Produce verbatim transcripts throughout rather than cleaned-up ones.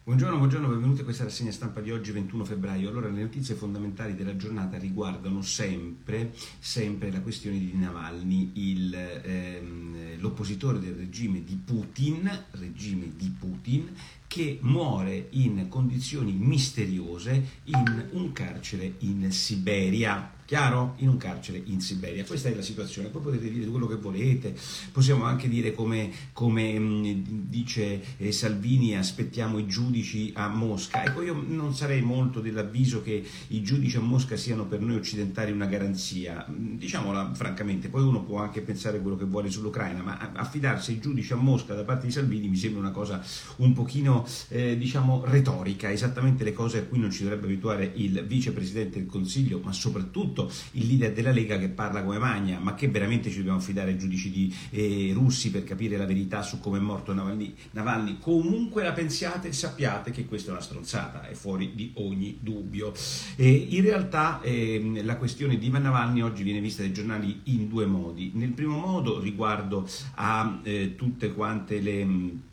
Buongiorno, buongiorno, benvenuti a questa rassegna stampa di oggi ventuno febbraio. Allora, le notizie fondamentali della giornata riguardano sempre, sempre la questione di Navalny, il, ehm, l'oppositore del regime di Putin, regime di Putin, che muore in condizioni misteriose in un carcere in Siberia. Chiaro? In un carcere in Siberia. Questa è la situazione. Poi potete dire quello che volete, possiamo anche dire come, come mh, dice eh, Salvini, aspettiamo i giudici a Mosca. Ecco, io non sarei molto dell'avviso che i giudici a Mosca siano per noi occidentali una garanzia, diciamola francamente. Poi uno può anche pensare quello che vuole sull'Ucraina, ma affidarsi ai giudici a Mosca da parte di Salvini mi sembra una cosa un pochino eh, diciamo retorica, esattamente le cose a cui non ci dovrebbe abituare il vicepresidente del Consiglio, ma soprattutto il leader della Lega che parla come magna. Ma che veramente ci dobbiamo affidare ai giudici di, eh, russi per capire la verità su come è morto Navalny? Navalny? Comunque la pensiate, sappiate che questa è una stronzata, è fuori di ogni dubbio. Eh, in realtà eh, la questione di Navalny oggi viene vista dai giornali in due modi. Nel primo modo riguardo a eh, tutte quante le...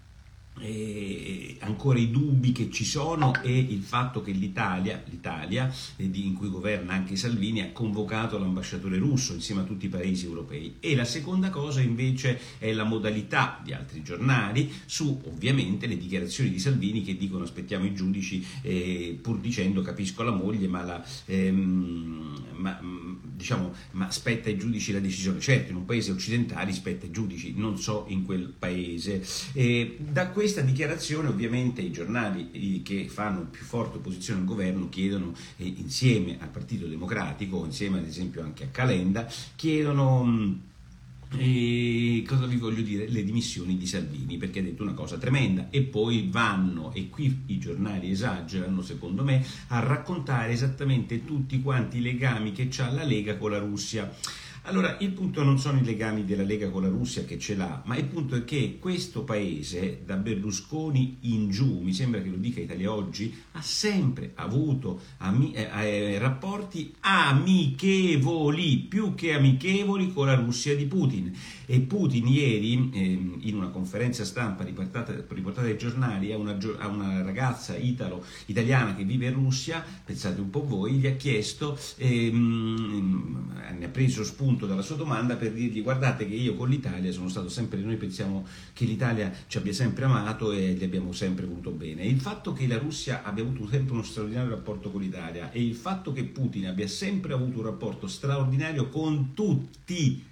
E ancora i dubbi che ci sono e il fatto che l'Italia, l'Italia in cui governa anche Salvini, ha convocato l'ambasciatore russo insieme a tutti i paesi europei. E la seconda cosa invece è la modalità di altri giornali su ovviamente le dichiarazioni di Salvini che dicono aspettiamo i giudici, eh, pur dicendo capisco la moglie ma, la, ehm, ma, diciamo, ma aspetta ai giudici la decisione. Certo, in un paese occidentale spetta ai giudici, non so in quel paese. E da questa dichiarazione ovviamente i giornali che fanno più forte opposizione al governo chiedono, eh, insieme al Partito Democratico, insieme ad esempio anche a Calenda, chiedono e cosa vi voglio dire? Le dimissioni di Salvini, perché ha detto una cosa tremenda. E poi vanno, e qui i giornali esagerano secondo me, a raccontare esattamente tutti quanti i legami che c'ha la Lega con la Russia. Allora, il punto non sono i legami della Lega con la Russia, che ce l'ha, ma il punto è che questo paese, da Berlusconi in giù, mi sembra che lo dica Italia Oggi, ha sempre avuto ami- eh, rapporti amichevoli, più che amichevoli, con la Russia di Putin. E Putin ieri, eh, in una conferenza stampa riportata, riportata dai giornali, a una, a una ragazza italo, italiana che vive in Russia, pensate un po' voi, gli ha chiesto, ehm, ne ha preso spunto dalla sua domanda per dirgli guardate che io con l'Italia sono stato sempre, noi pensiamo che l'Italia ci abbia sempre amato e gli abbiamo sempre voluto bene. E il fatto che la Russia abbia avuto sempre uno straordinario rapporto con l'Italia e il fatto che Putin abbia sempre avuto un rapporto straordinario con tutti,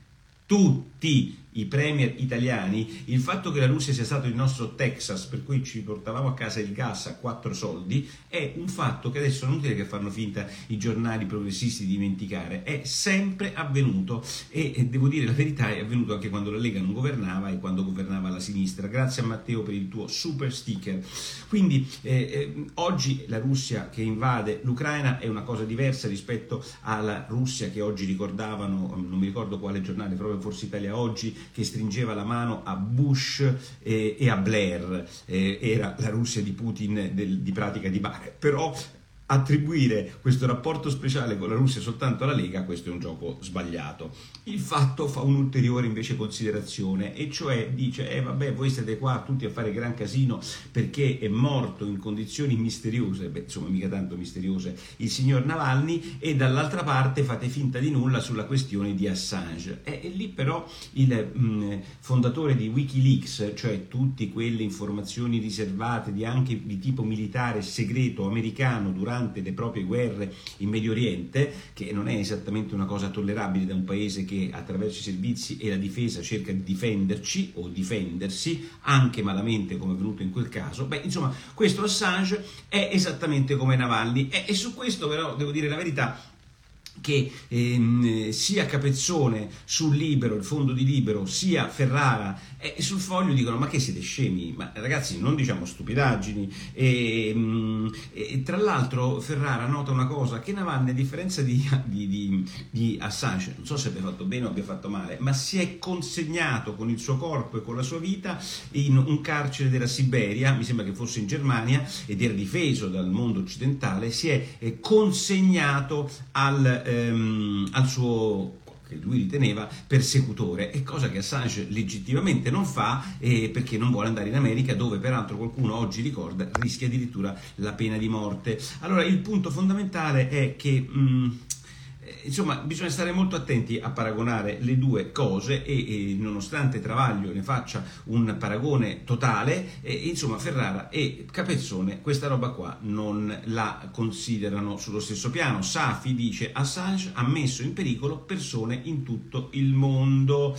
tutti i premier italiani, il fatto che la Russia sia stato il nostro Texas, per cui ci portavamo a casa il gas a quattro soldi, è un fatto che adesso non dire che fanno finta i giornali progressisti di dimenticare, è sempre avvenuto e, e devo dire la verità, è avvenuto anche quando la Lega non governava e quando governava la sinistra. Grazie a Matteo per il tuo super sticker. Quindi eh, eh, oggi la Russia che invade l'Ucraina è una cosa diversa rispetto alla Russia che oggi ricordavano, non mi ricordo quale giornale, proprio forse Italia Oggi, che stringeva la mano a Bush e, e a Blair. Eh, era la Russia di Putin, del, di pratica di Bare. Però attribuire questo rapporto speciale con la Russia soltanto alla Lega, questo è un gioco sbagliato. Il fatto fa un'ulteriore invece considerazione, e cioè dice eh vabbè, voi siete qua tutti a fare gran casino perché è morto in condizioni misteriose, beh insomma mica tanto misteriose, il signor Navalny, e dall'altra parte fate finta di nulla sulla questione di Assange. E, e lì però il mh, fondatore di Wikileaks, cioè tutte quelle informazioni riservate di anche di tipo militare segreto americano durante le proprie guerre in Medio Oriente, che non è esattamente una cosa tollerabile da un paese che attraverso i servizi e la difesa cerca di difenderci o difendersi, anche malamente come è avvenuto in quel caso, beh insomma questo Assange è esattamente come Navalny. E, e su questo però devo dire la verità, che ehm, sia Capezzone sul Libero, il fondo di Libero, sia Ferrara e eh, sul Foglio dicono ma che siete scemi, ma ragazzi non diciamo stupidaggini. E, mh, e tra l'altro Ferrara nota una cosa, che Navalny, a differenza di, di, di, di Assange, non so se abbia fatto bene o abbia fatto male, ma si è consegnato con il suo corpo e con la sua vita in un carcere della Siberia, mi sembra che fosse in Germania, ed era difeso dal mondo occidentale, si è eh, consegnato al, ehm, al suo che lui riteneva persecutore, è cosa che Assange legittimamente non fa, eh, perché non vuole andare in America, dove peraltro qualcuno oggi ricorda rischia addirittura la pena di morte. Allora il punto fondamentale è che mh, insomma bisogna stare molto attenti a paragonare le due cose e, e nonostante Travaglio ne faccia un paragone totale, e, insomma Ferrara e Capezzone questa roba qua non la considerano sullo stesso piano. Safi dice: Assange ha messo in pericolo persone in tutto il mondo.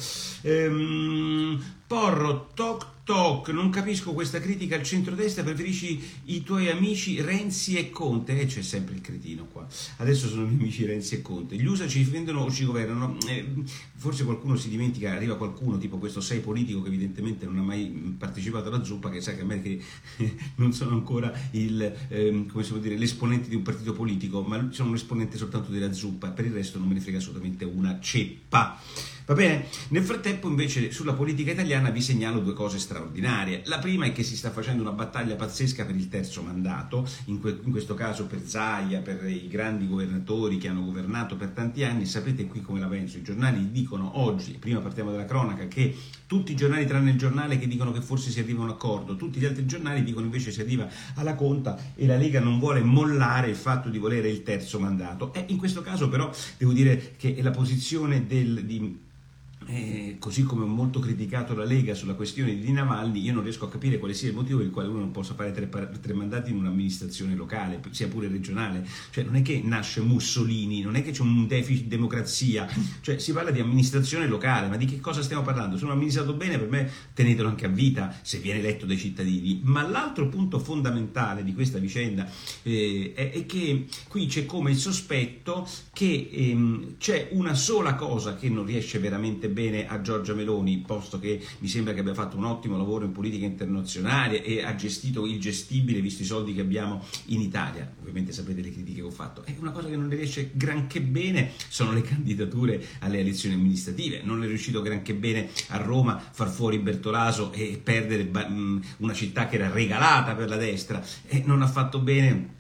ehm, Porro, toc toc, non capisco questa critica al centrodestra, preferisci i tuoi amici Renzi e Conte? E eh, c'è sempre il cretino qua, adesso sono gli amici Renzi e Conte, gli U S A ci difendono o ci governano? Eh, forse qualcuno si dimentica, arriva qualcuno tipo questo sei politico che evidentemente non ha mai partecipato alla zuppa, che sa che a me che non sono ancora il, eh, come si può dire, l'esponente di un partito politico, ma sono un esponente soltanto della zuppa, per il resto non me ne frega assolutamente una ceppa. Va bene? Nel frattempo invece sulla politica italiana vi segnalo due cose straordinarie. La prima è che si sta facendo una battaglia pazzesca per il terzo mandato, in, que- in questo caso per Zaia, per i grandi governatori che hanno governato per tanti anni. Sapete qui come la penso? I giornali dicono oggi, prima partiamo dalla cronaca, che tutti i giornali tranne il Giornale che dicono che forse si arriva a un accordo, tutti gli altri giornali dicono invece si arriva alla conta e la Lega non vuole mollare il fatto di volere il terzo mandato. E in questo caso però devo dire che la posizione del... di Eh, così come ho molto criticato la Lega sulla questione di Navalny, io non riesco a capire quale sia il motivo per il quale uno non possa fare tre, tre mandati in un'amministrazione locale, sia pure regionale. Cioè non è che nasce Mussolini, non è che c'è un deficit democrazia, cioè si parla di amministrazione locale, ma di che cosa stiamo parlando? Se uno ha amministrato bene, per me tenetelo anche a vita se viene eletto dai cittadini. Ma l'altro punto fondamentale di questa vicenda eh, è, è che qui c'è come il sospetto che ehm, c'è una sola cosa che non riesce veramente bene a Giorgia Meloni, posto che mi sembra che abbia fatto un ottimo lavoro in politica internazionale e ha gestito il gestibile visto i soldi che abbiamo in Italia. Ovviamente sapete le critiche che ho fatto. È una cosa che non le riesce granché bene sono le candidature alle elezioni amministrative. Non è riuscito granché bene a Roma far fuori Bertolaso e perdere una città che era regalata per la destra, e non ha fatto bene.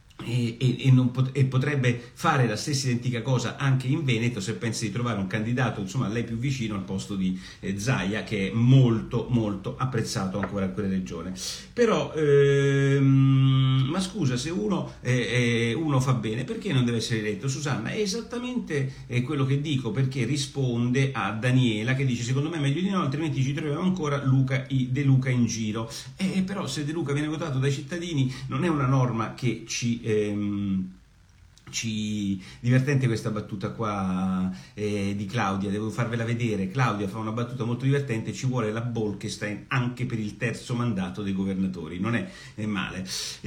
E, e, e, non pot- e potrebbe fare la stessa identica cosa anche in Veneto se pensa di trovare un candidato insomma a lei più vicino al posto di eh, Zaia, che è molto molto apprezzato ancora in quella regione. Però ehm, ma scusa, se uno, eh, uno fa bene, perché non deve essere eletto? Susanna, è esattamente eh, quello che dico, perché risponde a Daniela che dice: secondo me è meglio di no, altrimenti ci troviamo ancora Luca, De Luca in giro. Eh, però se De Luca viene votato dai cittadini non è una norma che ci Ehm, ci... divertente questa battuta qua eh, di Claudia, devo farvela vedere. Claudia fa una battuta molto divertente: ci vuole la Bolkestein anche per il terzo mandato dei governatori, non è, è male.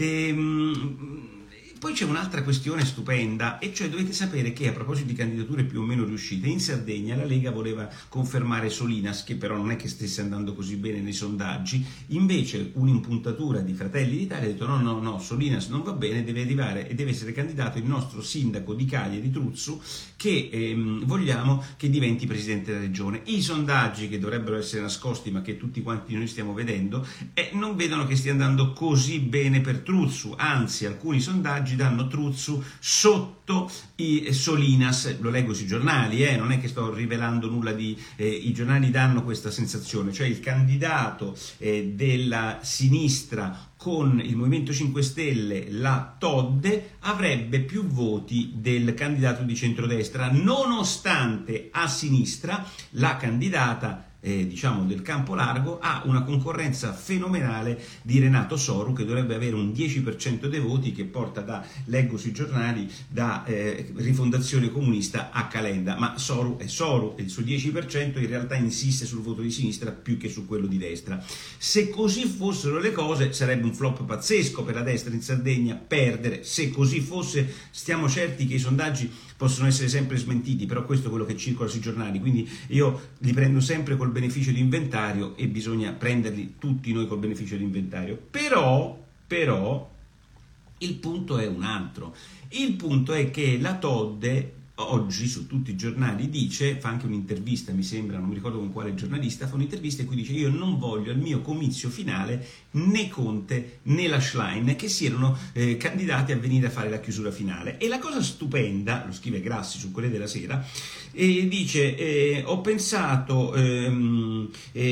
Ehm... Poi c'è un'altra questione stupenda, e cioè dovete sapere che a proposito di candidature più o meno riuscite, in Sardegna la Lega voleva confermare Solinas, che però non è che stesse andando così bene nei sondaggi. Invece un'impuntatura di Fratelli d'Italia ha detto no no no, Solinas non va bene, deve arrivare e deve essere candidato il nostro sindaco di Cagliari, Truzzu, che ehm, vogliamo che diventi presidente della regione. I sondaggi, che dovrebbero essere nascosti ma che tutti quanti noi stiamo vedendo, eh, non vedono che stia andando così bene per Truzzu, anzi alcuni sondaggi danno Truzzu sotto i Solinas. Lo leggo sui giornali, eh, non è che sto rivelando nulla di... Eh, i giornali danno questa sensazione, cioè il candidato eh, della sinistra con il Movimento cinque Stelle, la Todde, avrebbe più voti del candidato di centrodestra, nonostante a sinistra la candidata Eh, diciamo del campo largo ha una concorrenza fenomenale di Renato Soru, che dovrebbe avere un dieci per cento dei voti, che porta da, leggo sui giornali, da eh, Rifondazione Comunista a Calenda. Ma Soru è Soru, e il suo dieci per cento in realtà insiste sul voto di sinistra più che su quello di destra. Se così fossero le cose sarebbe un flop pazzesco per la destra in Sardegna perdere. Se così fosse, stiamo certi che i sondaggi possono essere sempre smentiti, però questo è quello che circola sui giornali, quindi io li prendo sempre col beneficio di inventario e bisogna prenderli tutti noi col beneficio di inventario. Però, però il punto è un altro. Il punto è che la Todde oggi su tutti i giornali dice, fa anche un'intervista, mi sembra, non mi ricordo con quale giornalista, fa un'intervista in cui dice: io non voglio al mio comizio finale né Conte né la Schlein, che si erano eh, candidati a venire a fare la chiusura finale. E la cosa stupenda, lo scrive Grassi su Corriere della Sera, e dice eh, ho pensato ehm,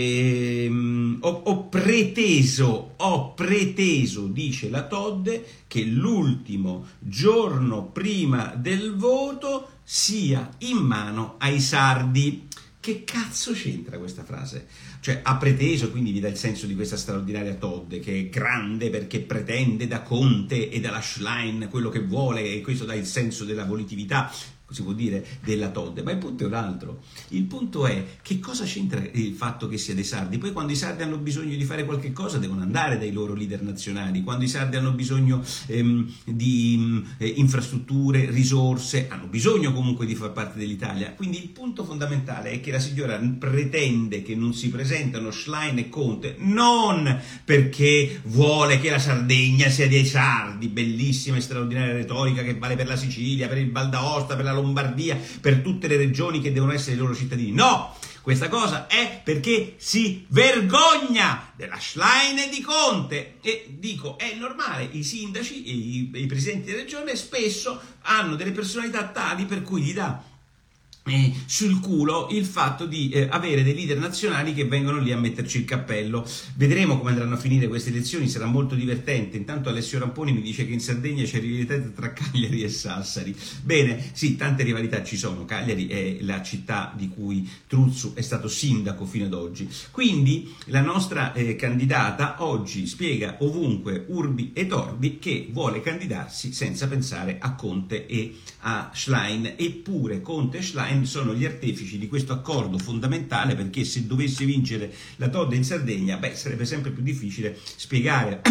ehm, ho, ho preteso ho preteso dice la Todde, che l'ultimo giorno prima del voto sia in mano ai sardi. Che cazzo c'entra questa frase? Cioè, ha preteso, quindi vi dà il senso di questa straordinaria Todde, che è grande perché pretende da Conte e dalla Schlein quello che vuole, e questo dà il senso della volitività, si può dire, della Todde. Ma il punto è un altro. Il punto è: che cosa c'entra il fatto che sia dei sardi? Poi quando i sardi hanno bisogno di fare qualche cosa devono andare dai loro leader nazionali, quando i sardi hanno bisogno ehm, di eh, infrastrutture, risorse, hanno bisogno comunque di far parte dell'Italia. Quindi il punto fondamentale è che la signora pretende che non si presentano Schlein e Conte non perché vuole che la Sardegna sia dei sardi, bellissima e straordinaria retorica che vale per la Sicilia, per il Val d'Aosta, per la Lombardia, per tutte le regioni che devono essere i loro cittadini. No! Questa cosa è perché si vergogna della Schlein e di Conte. E dico, è normale, i sindaci e i, i presidenti di regione spesso hanno delle personalità tali per cui gli dà Eh, sul culo il fatto di eh, avere dei leader nazionali che vengono lì a metterci il cappello. Vedremo come andranno a finire queste elezioni, sarà molto divertente. Intanto Alessio Ramponi mi dice che in Sardegna c'è rivalità tra Cagliari e Sassari. Bene, sì, tante rivalità ci sono. Cagliari è la città di cui Truzzu è stato sindaco fino ad oggi. Quindi la nostra eh, candidata oggi spiega ovunque, urbi e torbi, che vuole candidarsi senza pensare a Conte e a Schlein. Eppure Conte e Schlein sono gli artefici di questo accordo fondamentale, perché se dovesse vincere la Todde in Sardegna, beh, sarebbe sempre più difficile spiegare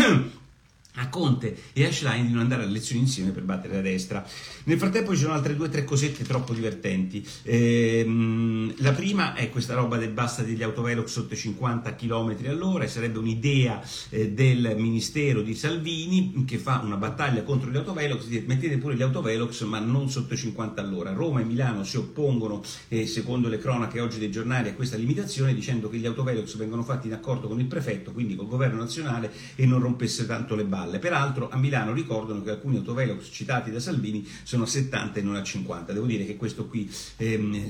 a Conte e a Schlein di non andare alle elezioni insieme per battere la destra. Nel frattempo ci sono altre due o tre cosette troppo divertenti. Ehm, la prima è questa roba del basta degli autovelox sotto i cinquanta chilometri all'ora, e sarebbe un'idea eh, del ministero di Salvini, che fa una battaglia contro gli autovelox, dice: mettete pure gli autovelox ma non sotto i cinquanta all'ora. Roma e Milano si oppongono, eh, secondo le cronache oggi dei giornali, a questa limitazione, dicendo che gli autovelox vengono fatti in accordo con il prefetto, quindi col governo nazionale, e non rompesse tanto le balle. Peraltro a Milano ricordano che alcuni autovelox citati da Salvini sono a settanta e non a cinquanta. Devo dire che questo qui ehm,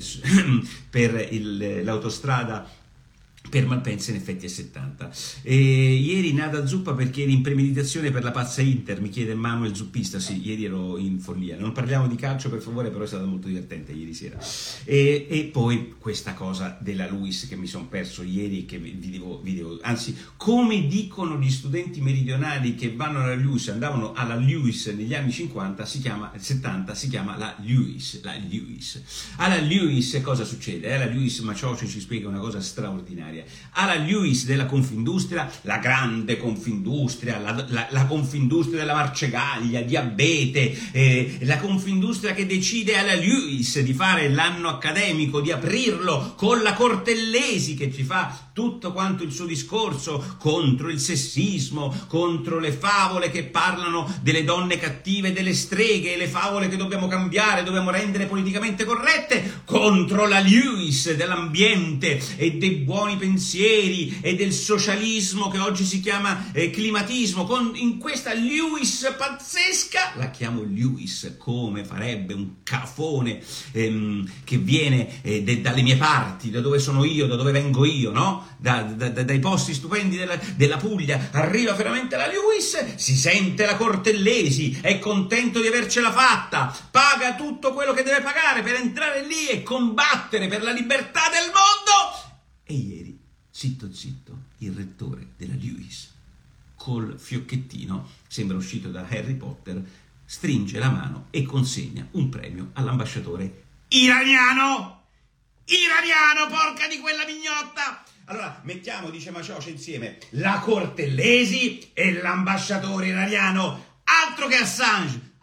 per il, l'autostrada per Malpensa in effetti è settanta. E ieri nada zuppa perché eri in premeditazione per la pazza Inter, mi chiede Manuel Zuppista. Sì, ieri ero in follia. Non parliamo di calcio per favore, però è stato molto divertente ieri sera. E, e poi questa cosa della Luis che mi sono perso ieri, che vi devo, vi devo, anzi, come dicono gli studenti meridionali che vanno alla Luis, andavano alla Luis negli anni cinquanta, si chiama settanta, si chiama la Luis, la Luis. Alla Luis cosa succede? Alla Luis Macioci ci spiega una cosa straordinaria. Alla Luis della Confindustria, la grande Confindustria, la, la, la Confindustria della Marcegaglia, diabete, eh, la Confindustria che decide alla Luis di fare l'anno accademico, di aprirlo con la Cortellesi che ci fa tutto quanto il suo discorso contro il sessismo, contro le favole che parlano delle donne cattive, delle streghe, le favole che dobbiamo cambiare, dobbiamo rendere politicamente corrette, contro la Luis dell'ambiente e dei buoni pensieri e del socialismo che oggi si chiama eh, climatismo. Con, in questa Luis pazzesca, la chiamo Luis come farebbe un cafone ehm, che viene eh, de, dalle mie parti, da dove sono io, da dove vengo io, no? Da, da, da, dai posti stupendi della, della Puglia, arriva veramente la Luis, si sente la Cortellesi, è contento di avercela fatta, paga tutto quello che deve pagare per entrare lì e combattere per la libertà del mondo. E ieri, zitto zitto, il rettore della Luis, col fiocchettino, sembra uscito da Harry Potter, stringe la mano e consegna un premio all'ambasciatore iraniano. Iraniano, porca di quella mignotta! Allora, mettiamo, dice Macioce, insieme la Cortellesi e l'ambasciatore iraniano. Altro che Assange,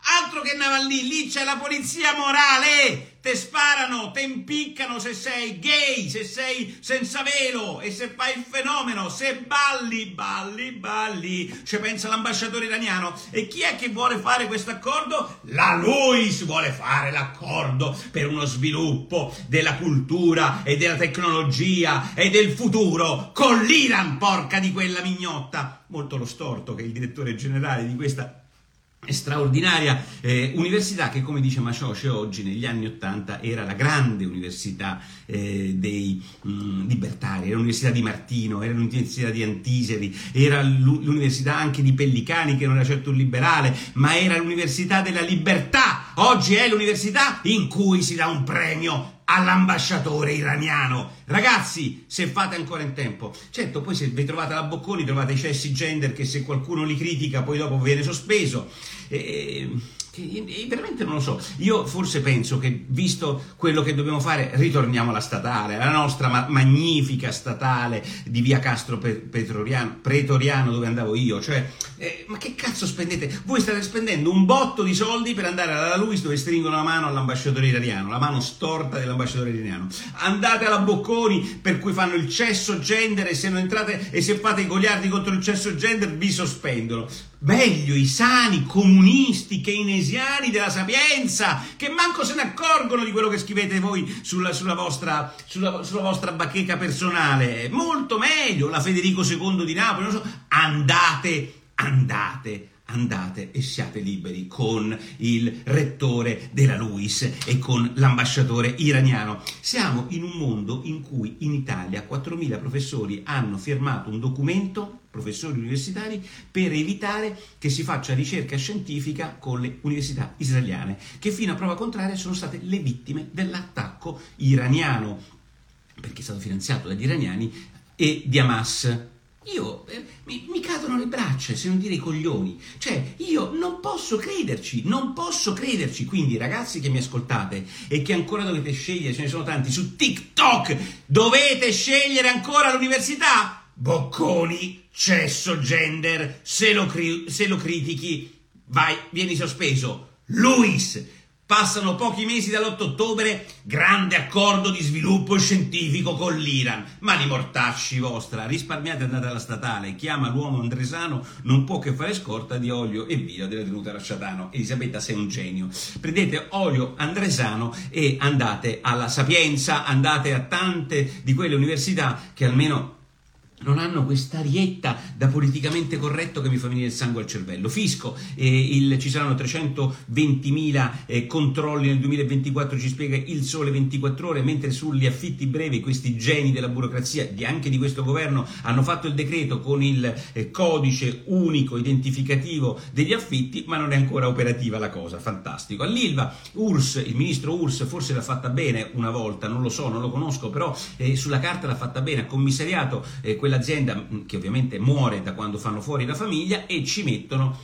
Altro che Navalny, lì c'è la polizia morale, te sparano, te impiccano se sei gay, se sei senza velo e se fai il fenomeno, se balli, balli, balli. Ci pensa l'ambasciatore iraniano. E chi è che vuole fare questo accordo? La LUISS vuole fare l'accordo per uno sviluppo della cultura e della tecnologia e del futuro con l'Iran, porca di quella mignotta. Molto lo storto che il direttore generale di questa straordinaria eh, università, che come dice Macioce oggi, negli anni Ottanta era la grande università eh, dei mh, libertari, era l'università di Martino, era l'università di Antiseri, era l'università anche di Pellicani, che non era certo un liberale, ma era l'università della libertà. Oggi è l'università in cui si dà un premio all'ambasciatore iraniano. Ragazzi, se fate ancora in tempo. Certo, poi se vi trovate la Bocconi trovate i cessi gender che se qualcuno li critica poi dopo viene sospeso. E... che veramente non lo so. Io forse penso che, visto quello che dobbiamo fare, ritorniamo alla statale, alla nostra ma- magnifica statale di via Castro Pretoriano, Pretoriano, dove andavo io. Cioè, eh, ma che cazzo spendete? Voi state spendendo un botto di soldi per andare alla LUISS, dove stringono la mano all'ambasciatore iraniano, la mano storta dell'ambasciatore iraniano. Andate alla Bocconi, per cui fanno il cesso gender, e se non entrate e se fate i goliardi contro il cesso gender vi sospendono. Meglio i sani comunisti keynesiani della Sapienza, che manco se ne accorgono di quello che scrivete voi sulla, sulla, vostra, sulla, sulla vostra bacheca personale. Molto meglio la Federico secondo di Napoli, non so. Andate, andate, andate e siate liberi con il rettore della LUISS e con l'ambasciatore iraniano. Siamo in un mondo in cui in Italia quattromila professori hanno firmato un documento, professori universitari, per evitare che si faccia ricerca scientifica con le università israeliane, che fino a prova contraria sono state le vittime dell'attacco iraniano, perché è stato finanziato dagli iraniani, e di Hamas. Io eh, mi, mi cadono le braccia, se non dire i coglioni. Cioè, io non posso crederci, non posso crederci. Quindi, ragazzi che mi ascoltate e che ancora dovete scegliere, ce ne sono tanti su TikTok, dovete scegliere ancora l'università? Bocconi, cesso gender, se lo, cri- se lo critichi, vai, vieni sospeso. LUISS. Passano pochi mesi dall'otto ottobre, grande accordo di sviluppo scientifico con l'Iran. Ma li mortacci vostra, risparmiate e andate alla statale. Chiama l'uomo Andresano, non può che fare scorta di olio e via della tenuta Rasciatano. Elisabetta, sei un genio. Prendete olio Andresano e andate alla Sapienza, andate a tante di quelle università che almeno non hanno questa arietta da politicamente corretto che mi fa venire il sangue al cervello. Fisco, eh, il, ci saranno trecentoventimila eh, controlli nel duemilaventiquattro, ci spiega il Sole ventiquattro Ore, mentre sugli affitti brevi questi geni della burocrazia, di, anche di questo governo, hanno fatto il decreto con il eh, codice unico identificativo degli affitti, ma non è ancora operativa la cosa. Fantastico. All'Ilva, U R S, il ministro U R S forse l'ha fatta bene una volta, non lo so, non lo conosco, però eh, sulla carta l'ha fatta bene, ha commissariato eh, quell'azienda che ovviamente muore da quando fanno fuori la famiglia, e ci mettono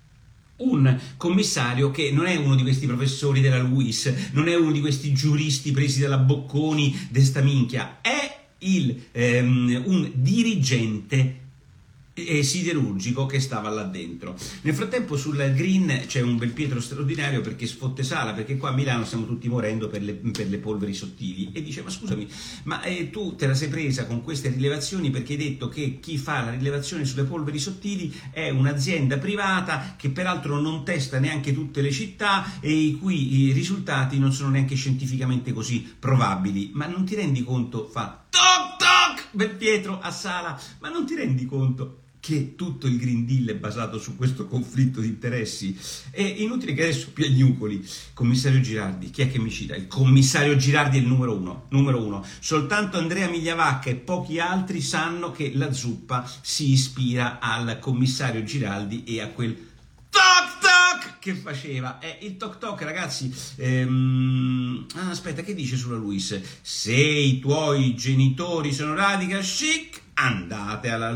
un commissario che non è uno di questi professori della LUISS, non è uno di questi giuristi presi dalla Bocconi de sta minchia, è il, ehm, un dirigente e siderurgico che stava là dentro. Nel frattempo sul Green c'è un Belpietro straordinario, perché sfotte Sala, perché qua a Milano stiamo tutti morendo per le, per le polveri sottili, e dice: ma scusami, ma eh, tu te la sei presa con queste rilevazioni perché hai detto che chi fa la rilevazione sulle polveri sottili è un'azienda privata che peraltro non testa neanche tutte le città e i cui i risultati non sono neanche scientificamente così probabili. Ma non ti rendi conto? Fa toc toc Belpietro a Sala, ma non ti rendi conto che tutto il Green Deal è basato su questo conflitto di interessi? È inutile che adesso piagnucoli. Commissario Girardi, chi è che mi cita? Il commissario Girardi è il numero uno, numero uno. Soltanto Andrea Migliavacca e pochi altri sanno che la zuppa si ispira al commissario Girardi e a quel toc toc che faceva. Eh, il toc toc, ragazzi, ehm... ah, aspetta, che dice sulla LUISS? Se i tuoi genitori sono radical chic, andate alla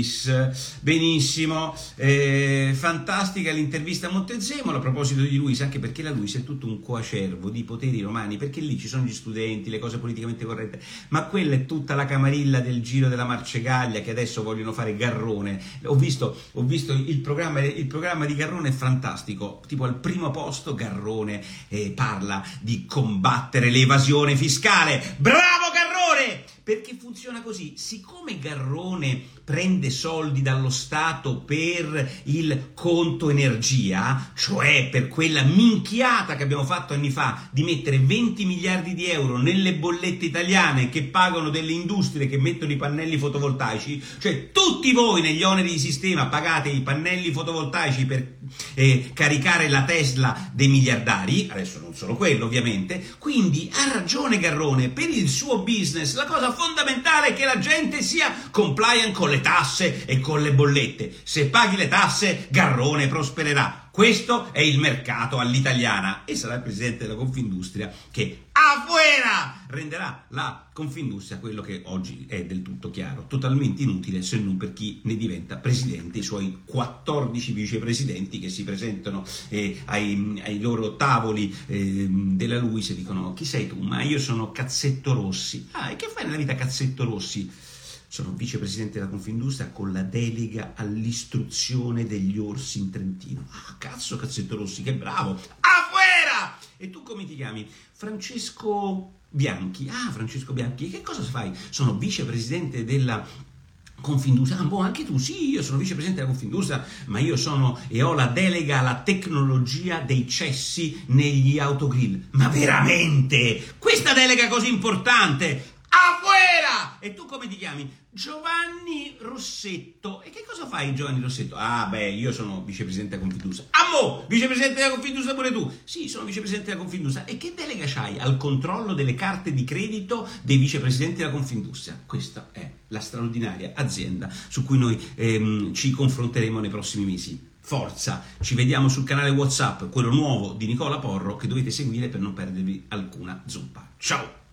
Luis. Benissimo, eh, fantastica l'intervista a Montezemolo. A proposito di Luis, anche perché la Luis è tutto un coacervo di poteri romani, perché lì ci sono gli studenti, le cose politicamente corrette, ma quella è tutta la camarilla del Giro della Marcegaglia che adesso vogliono fare Garrone. Ho visto, ho visto il programma, il programma di Garrone è fantastico, tipo al primo posto Garrone eh, parla di combattere l'evasione fiscale. Bravo Garrone! Perché funziona così, siccome Garrone prende soldi dallo Stato per il conto energia, cioè per quella minchiata che abbiamo fatto anni fa di mettere venti miliardi di euro nelle bollette italiane che pagano delle industrie che mettono i pannelli fotovoltaici, cioè tutti voi negli oneri di sistema pagate i pannelli fotovoltaici per eh, caricare la Tesla dei miliardari, adesso non solo quello ovviamente, quindi ha ragione Garrone, per il suo business la cosa fondamentale è che la gente sia compliant con le tasse e con le bollette. Se paghi le tasse, Garrone prospererà. Questo è il mercato all'italiana e sarà il presidente della Confindustria che afuera renderà la Confindustria quello che oggi è del tutto chiaro, totalmente inutile se non per chi ne diventa presidente, i suoi quattordici vicepresidenti che si presentano eh, ai, ai loro tavoli eh, della Luis e dicono: chi sei tu? Ma io sono Cazzetto Rossi. Ah, e che fai nella vita Cazzetto Rossi? Sono vicepresidente della Confindustria con la delega all'istruzione degli orsi in Trentino. Ah, cazzo Cazzetto Rossi, che bravo! Afuera! E tu come ti chiami? Francesco Bianchi. Ah, Francesco Bianchi. E che cosa fai? Sono vicepresidente della Confindustria. Ah, boh, anche tu? Sì, io sono vicepresidente della Confindustria, ma io sono e ho la delega alla tecnologia dei cessi negli autogrill. Ma veramente? Questa delega così importante? Afuera! E tu come ti chiami? Giovanni Rossetto. E che cosa fai Giovanni Rossetto? Ah beh, io sono vicepresidente della Confindustria. Ammo! Vicepresidente della Confindustria pure tu? Sì, sono vicepresidente della Confindustria. E che delega c'hai al controllo delle carte di credito dei vicepresidenti della Confindustria? Questa è la straordinaria azienda su cui noi ehm, ci confronteremo nei prossimi mesi. Forza! Ci vediamo sul canale WhatsApp, quello nuovo di Nicola Porro, che dovete seguire per non perdervi alcuna zuppa. Ciao!